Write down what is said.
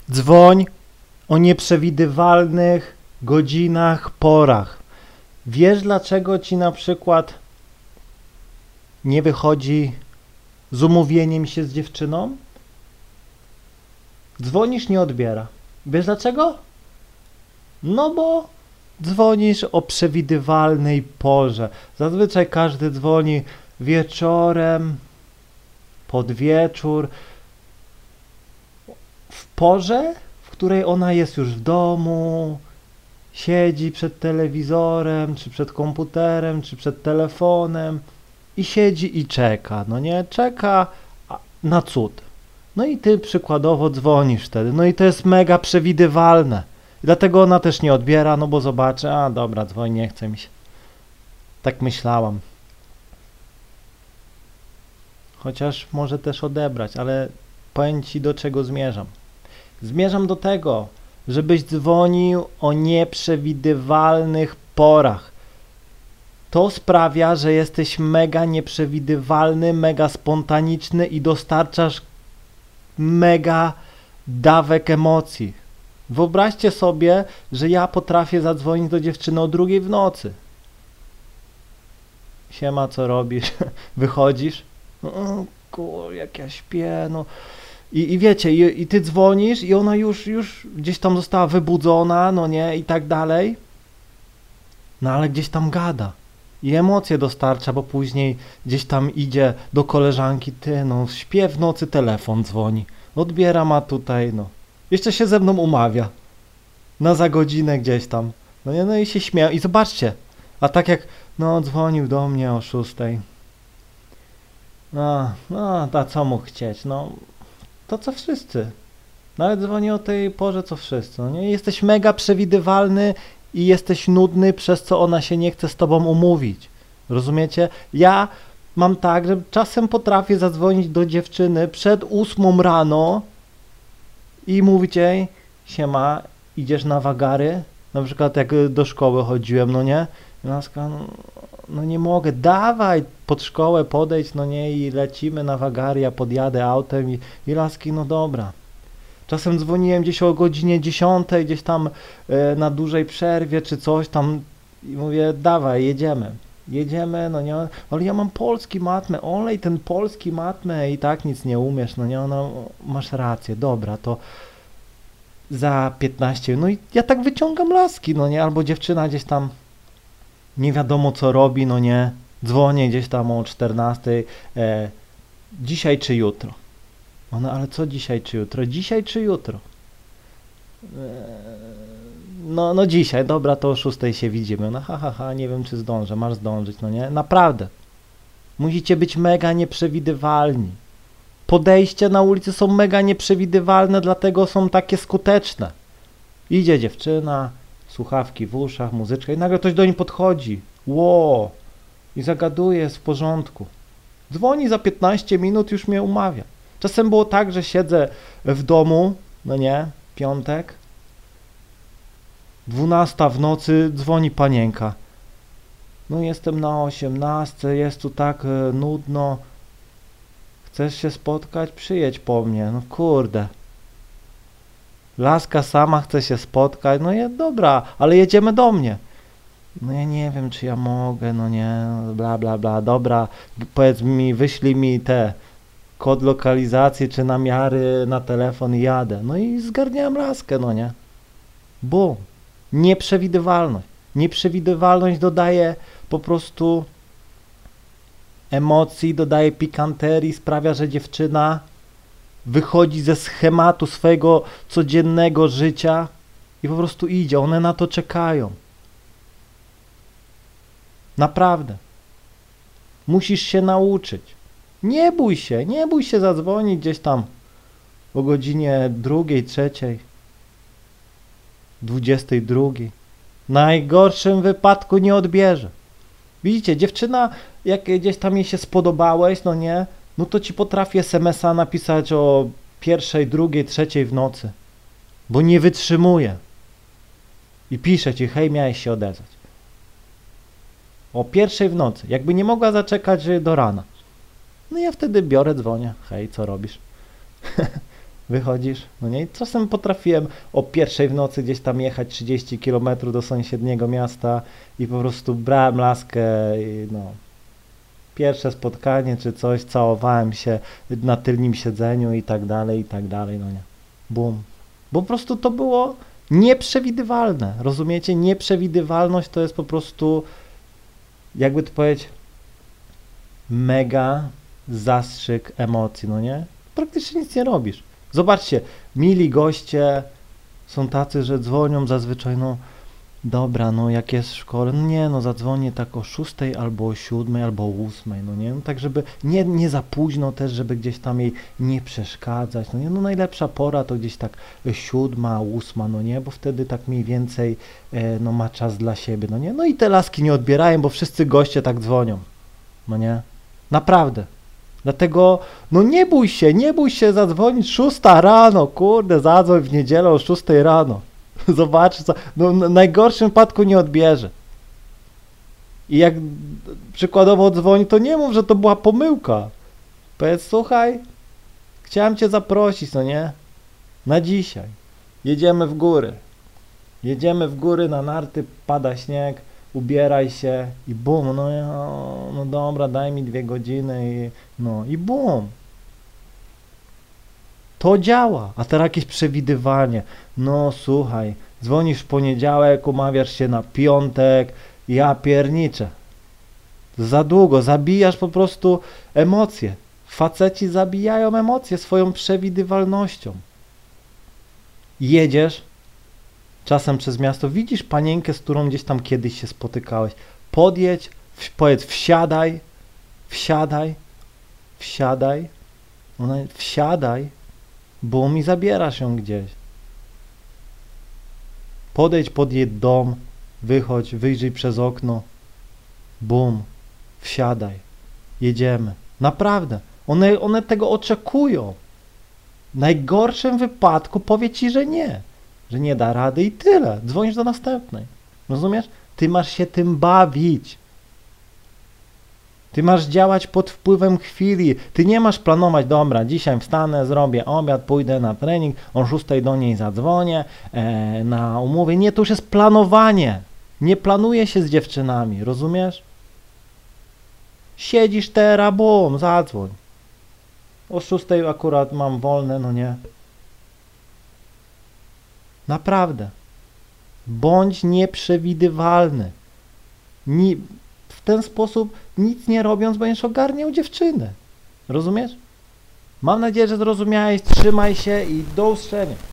Dzwoń o nieprzewidywalnych godzinach, porach. Wiesz, dlaczego ci na przykład nie wychodzi z umówieniem się z dziewczyną? Dzwonisz, nie odbiera. Wiesz dlaczego? No bo dzwonisz o przewidywalnej porze. Zazwyczaj każdy dzwoni wieczorem, pod wieczór, w porze, w której ona jest już w domu, siedzi przed telewizorem, czy przed komputerem, czy przed telefonem i siedzi i czeka, no nie? Czeka na cud. No i ty przykładowo dzwonisz wtedy, no i to jest mega przewidywalne. Dlatego ona też nie odbiera, no bo zobaczy, a dobra, dzwoń, nie chce mi się. Tak myślałam. Chociaż może też odebrać, ale powiem ci, do czego zmierzam. Zmierzam do tego, żebyś dzwonił o nieprzewidywalnych porach. To sprawia, że jesteś mega nieprzewidywalny, mega spontaniczny i dostarczasz mega dawek emocji. Wyobraźcie sobie, że ja potrafię zadzwonić do dziewczyny o 2:00 w nocy. Siema, co robisz? Wychodzisz? Kur, jak ja śpię, no. I wiecie, i ty dzwonisz i ona już gdzieś tam została wybudzona, no nie, i tak dalej. No ale gdzieś tam gada. I emocje dostarcza, bo później gdzieś tam idzie do koleżanki, ty, no, śpię w nocy, telefon dzwoni. Odbieram, a tutaj, no. Jeszcze się ze mną umawia. Za godzinę gdzieś tam. No nie, no i się śmieją. I zobaczcie, a tak jak, no, dzwonił do mnie o 6:00. A co mógł chcieć, no. To co wszyscy. Nawet dzwoni o tej porze co wszyscy. No nie? Jesteś mega przewidywalny i jesteś nudny, przez co ona się nie chce z tobą umówić. Rozumiecie? Ja mam tak, że czasem potrafię zadzwonić do dziewczyny przed 8:00 rano i mówić jej, siema, idziesz na wagary? Na przykład jak do szkoły chodziłem, no nie? I laska, no nie mogę, dawaj pod szkołę podejdź, no nie, i lecimy na wagary, ja podjadę autem i laski, no dobra. Czasem dzwoniłem gdzieś o godzinie 10:00, gdzieś tam na dużej przerwie czy coś tam i mówię, dawaj, jedziemy, no nie, ale ja mam polski matmę, olej ten polski matmę i tak nic nie umiesz, no nie, no masz rację, dobra, to za 15, no i ja tak wyciągam laski, no nie, albo dziewczyna gdzieś tam nie wiadomo co robi, no nie, dzwonię gdzieś tam o 14:00, dzisiaj czy jutro? Ona, ale co dzisiaj czy jutro? Dzisiaj czy jutro? No dzisiaj, dobra, to o 6:00 się widzimy. No ha, nie wiem czy zdążę, masz zdążyć, no nie? Naprawdę. Musicie być mega nieprzewidywalni. Podejścia na ulicy są mega nieprzewidywalne, dlatego są takie skuteczne. Idzie dziewczyna, słuchawki w uszach, muzyczka i nagle ktoś do niej podchodzi. Ło! I zagaduje, jest w porządku. Dzwoni za 15 minut, już mnie umawia. Czasem było tak, że siedzę w domu, no nie, piątek, 12:00 w nocy, dzwoni panienka. No jestem na 18:00, jest tu tak nudno. Chcesz się spotkać? Przyjedź po mnie. No kurde. Laska sama chce się spotkać, no nie, dobra, ale jedziemy do mnie. No ja nie wiem, czy ja mogę, no nie, bla, bla, bla, dobra, powiedz mi, wyślij mi kod lokalizacji czy namiary na telefon i jadę. No i zgarniałem laskę, no nie. Bum. Nieprzewidywalność. Nieprzewidywalność dodaje po prostu emocji, dodaje pikanterii, sprawia, że dziewczyna wychodzi ze schematu swojego codziennego życia i po prostu idzie. One na to czekają. Naprawdę. Musisz się nauczyć. Nie bój się zadzwonić gdzieś tam o godzinie 2:00, 3:00, 22:00. W najgorszym wypadku nie odbierze. Widzicie, dziewczyna, jak gdzieś tam jej się spodobałeś, no nie, no to ci potrafi SMS-a napisać o 1:00, 2:00, 3:00 w nocy, bo nie wytrzymuje. I pisze ci, hej, miałeś się odezwać. O 1:00 w nocy, jakby nie mogła zaczekać do rana. No ja wtedy biorę, dzwonię, hej, co robisz? Wychodzisz, no nie? I czasem potrafiłem o 1 w nocy gdzieś tam jechać 30 km do sąsiedniego miasta i po prostu brałem laskę i no, pierwsze spotkanie czy coś, całowałem się na tylnym siedzeniu i tak dalej, no nie. Bum. Bo po prostu to było nieprzewidywalne, rozumiecie? Nieprzewidywalność to jest po prostu, jakby to powiedzieć, mega zastrzyk emocji, no nie? Praktycznie nic nie robisz. Zobaczcie, mili goście są tacy, że dzwonią zazwyczaj, no dobra, no jak jest w szkole, no nie, no zadzwonię tak o 6 albo o 7 albo o 8, no nie, no tak żeby nie za późno też, żeby gdzieś tam jej nie przeszkadzać, no nie, no najlepsza pora to gdzieś tak 7, 8, no nie, bo wtedy tak mniej więcej no ma czas dla siebie, no nie, no i te laski nie odbierają, bo wszyscy goście tak dzwonią, no nie, naprawdę. Dlatego, no nie bój się zadzwonić 6 rano, kurde, zadzwoń w niedzielę o 6 rano. Zobacz, no w najgorszym wypadku nie odbierze. I jak przykładowo dzwoni, to nie mów, że to była pomyłka. Powiedz, słuchaj, chciałem cię zaprosić, no nie? Na dzisiaj. Jedziemy w góry. Jedziemy w góry na narty, pada śnieg, ubieraj się i bum, no dobra, daj mi 2 godziny i no i bum. To działa, a teraz jakieś przewidywanie. No słuchaj, dzwonisz w poniedziałek, umawiasz się na piątek, ja pierniczę. Za długo, zabijasz po prostu emocje. Faceci zabijają emocje swoją przewidywalnością. Jedziesz czasem przez miasto, widzisz panienkę, z którą gdzieś tam kiedyś się spotykałeś. Podjedź, powiedz wsiadaj, ona wsiadaj, bo mi zabierasz ją gdzieś. Podejdź pod jej dom, wychodź, wyjrzyj przez okno, bum, wsiadaj, jedziemy. Naprawdę, one tego oczekują. W najgorszym wypadku powie ci, że nie da rady i tyle. Dzwonisz do następnej. Rozumiesz? Ty masz się tym bawić. Ty masz działać pod wpływem chwili. Ty nie masz planować, dobra, dzisiaj wstanę, zrobię obiad, pójdę na trening, o 6 do niej zadzwonię, na umówię. Nie, to już jest planowanie. Nie planuje się z dziewczynami, rozumiesz? Siedzisz teraz, bum, zadzwoń. O 6 akurat mam wolne, no nie. Naprawdę. Bądź nieprzewidywalny. W ten sposób nic nie robiąc będziesz ogarniał dziewczynę. Rozumiesz? Mam nadzieję, że zrozumiałeś. Trzymaj się i do usłyszenia.